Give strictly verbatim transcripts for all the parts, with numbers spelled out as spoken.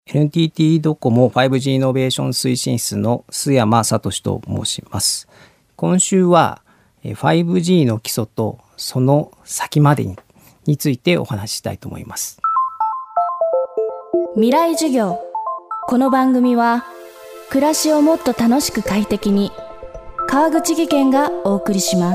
エヌティーティー ドコモ ファイブジー イノベーション推進室の須山聡と申します。今週は ファイブジー の基礎とその先までにについてお話ししたいと思います。 未来授業。この番組は暮らしをもっと楽しく快適に、川口義賢がお送りします。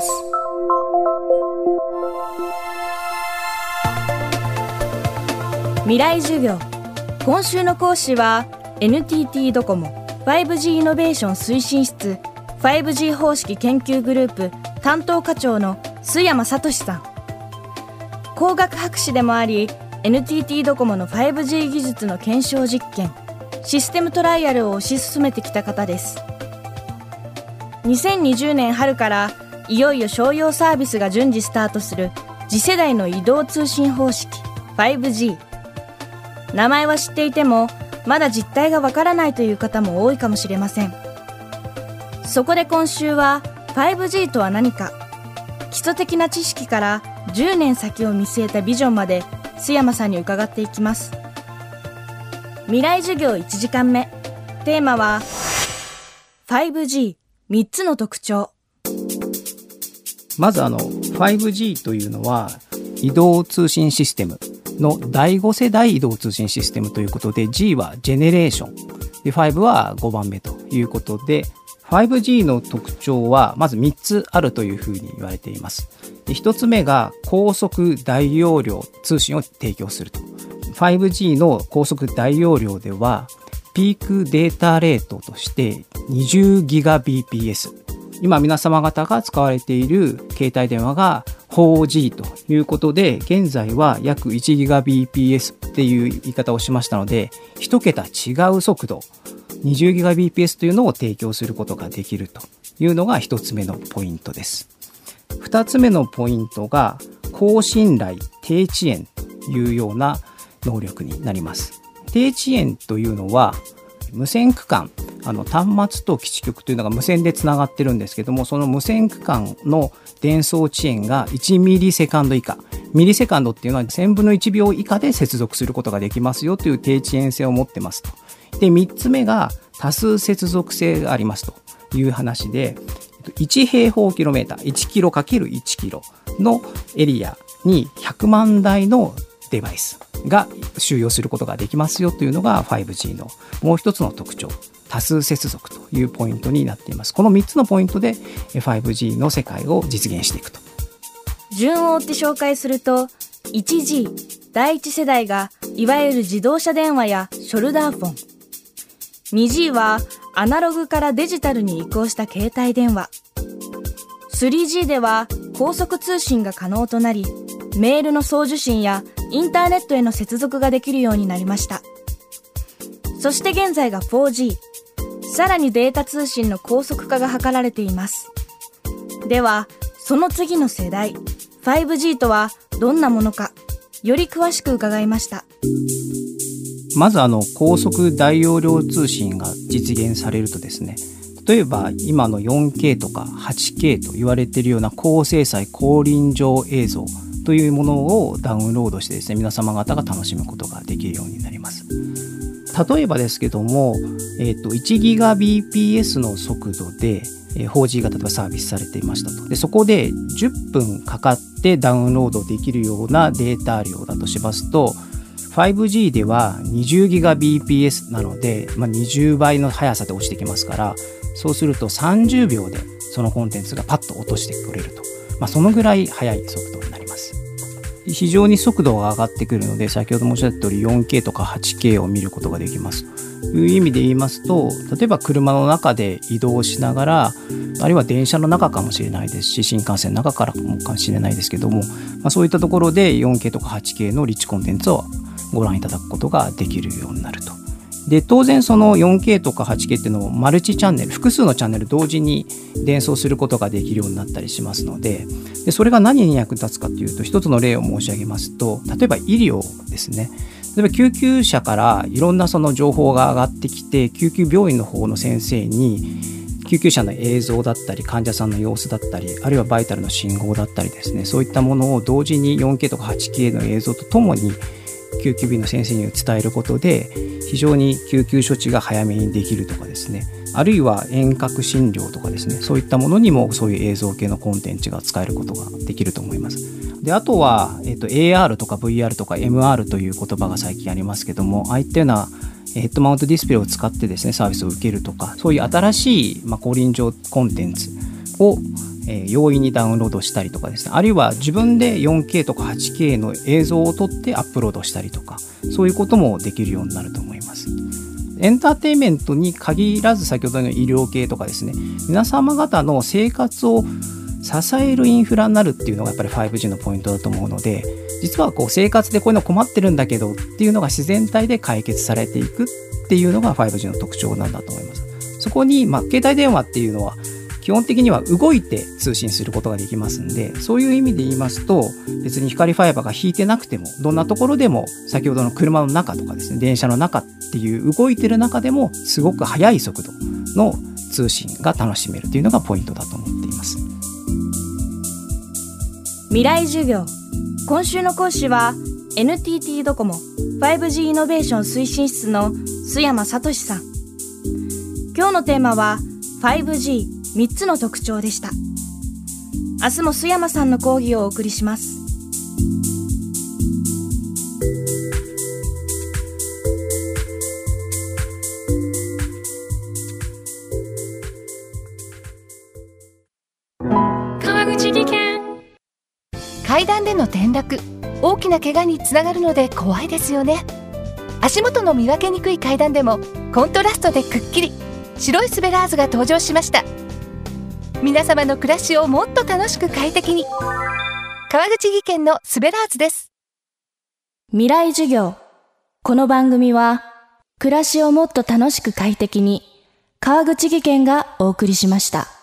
未来授業。今週の講師は エヌティーティー ドコモ ファイブジー イノベーション推進室 ファイブジー 方式研究グループ担当課長の須山聡さん。工学博士でもあり エヌティーティー ドコモの ファイブジー 技術の検証実験、システムトライアルを推し進めてきた方です。にせんにじゅうねん春からいよいよ商用サービスが順次スタートする次世代の移動通信方式 ファイブジー。名前は知っていてもまだ実態がわからないという方も多いかもしれません。そこで今週は ファイブジー とは何か、基礎的な知識からじゅうねん先を見据えたビジョンまで須山さんに伺っていきます。未来授業いちじかんめ、テーマは ファイブジーみっ つの特徴。 まずあの ファイブジー というのは移動通信システムのだいご世代移動通信システムということで、 G はジェネレーションでごはごばんめということで、 ファイブジー の特徴はまずみっつあるというふうに言われています。でひとつめが高速大容量通信を提供すると。 ファイブジー の高速大容量ではピークデータレートとして にじゅうギガビーピーエス、 今皆様方が使われている携帯電話が フォージー ということで、現在は約 いちギガビーピーエス っていう言い方をしましたので、一桁違う速度 にじゅうギガビーピーエス というのを提供することができるというのが一つ目のポイントです。二つ目のポイントが高信頼低遅延というような能力になります。低遅延というのは無線区間、あの端末と基地局というのが無線でつながってるんですけども、その無線区間の伝送遅延がいちミリセカンド以下、ミリセカンドっていうのはせんぶのいちびょう以下で接続することができますよという低遅延性を持ってますと。でみっつめが多数接続性がありますという話で、いち平方キロメーター いちキロ×いちキロのエリアにひゃくまんだいのデバイスが収容することができますよというのが ファイブジー のもう一つの特徴、多数接続というポイントになっています。このみっつのポイントで ファイブジー の世界を実現していくと。 順を追って紹介すると、 ワンジー 第一世代がいわゆる自動車電話やショルダーフォン、 ツージー はアナログからデジタルに移行した携帯電話、 スリージー では高速通信が可能となり、メールの送受信やインターネットへの接続ができるようになりました。そして現在が フォージー、 さらにデータ通信の高速化が図られています。ではその次の世代 ファイブジー とはどんなものか、より詳しく伺いました。 まずあの高速大容量通信が実現されるとですね、例えば今の よんケー とか はちケー と言われているような高精細高臨場映像というものをダウンロードしてですね、皆様方が楽しむことができるようになります。例えばですけども、えー、といちギガビーピーエス の速度で フォージー が例えばサービスされていましたと。でそこでじゅっぷんかかってダウンロードできるようなデータ量だとしますと、 ファイブジー では にじゅうギガビーピーエス なので、まあ、にじゅうばいの速さで落ちてきますから、そうするとさんじゅうびょうでそのコンテンツがパッと落としてくれると、まあ、そのぐらい速い速度になります。非常に速度が上がってくるので、先ほど申し上げた通り よんケー とか はちケー を見ることができますという意味で言いますと、例えば車の中で移動しながら、あるいは電車の中かもしれないですし、新幹線の中からもかもしれないですけども、まあ、そういったところで よんケー とか はちケー のリッチコンテンツをご覧いただくことができるようになると。で当然その よんケー とか はちケー っていうのをマルチチャンネル、複数のチャンネル同時に伝送することができるようになったりしますので、でそれが何に役立つかというと、一つの例を申し上げますと、例えば医療ですね。例えば救急車からいろんなその情報が上がってきて、救急病院の方の先生に救急車の映像だったり患者さんの様子だったり、あるいはバイタルの信号だったりですね、そういったものを同時に よんケー とか はちケー の映像とともに救急便の先生に伝えることで非常に救急処置が早めにできるとかですね、あるいは遠隔診療とかですね、そういったものにもそういう映像系のコンテンツが使えることができると思います。であとは、えっと、エーアール とか ブイアール とか エムアール という言葉が最近ありますけども、ああいったようなヘッドマウントディスプレイを使ってですねサービスを受けるとか、そういう新しい、まあ、高臨場コンテンツを、えー、容易にダウンロードしたりとかですね、あるいは自分で よんケー とか はちケー の映像を撮ってアップロードしたりとか、そういうこともできるようになると思います。エンターテインメントに限らず、先ほどの医療系とかですね、皆様方の生活を支えるインフラになるっていうのがやっぱり ファイブジー のポイントだと思うので、実はこう生活でこういうの困ってるんだけどっていうのが自然体で解決されていくっていうのが ファイブジー の特徴なんだと思います。そこに、まあ、携帯電話っていうのは基本的には動いて通信することができますんで、そういう意味で言いますと、別に光ファイバーが引いてなくても、どんなところでも先ほどの車の中とかですね、電車の中っていう動いてる中でもすごく速い速度の通信が楽しめるというのがポイントだと思っています。 未来授業、今週の講師は エヌティーティー ドコモ ファイブジー イノベーション推進室の須山聡さん。今日のテーマは ファイブジーみっつの特徴でした。明日も須山さんの講義をお送りします。 川口技研。階段での転落、大きな怪我につながるので怖いですよね。足元の見分けにくい階段でもコントラストでくっきり白いスベラーズが登場しました。皆様の暮らしをもっと楽しく快適に、川口技研のスベラーズです。 未来授業、この番組は暮らしをもっと楽しく快適に、川口技研がお送りしました。